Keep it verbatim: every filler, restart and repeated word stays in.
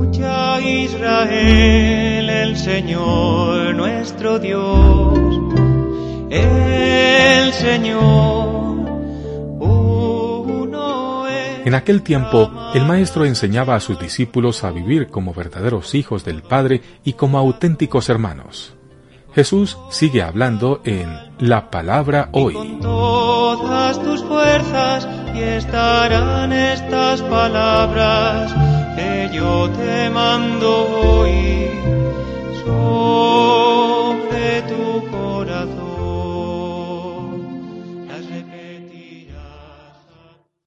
Escucha, Israel, el Señor nuestro Dios, el Señor uno es. En aquel tiempo, el Maestro enseñaba a sus discípulos a vivir como verdaderos hijos del Padre y como auténticos hermanos. Jesús sigue hablando en La Palabra Hoy. Con todas tus fuerzas y estarán estas palabras que yo te mando hoy.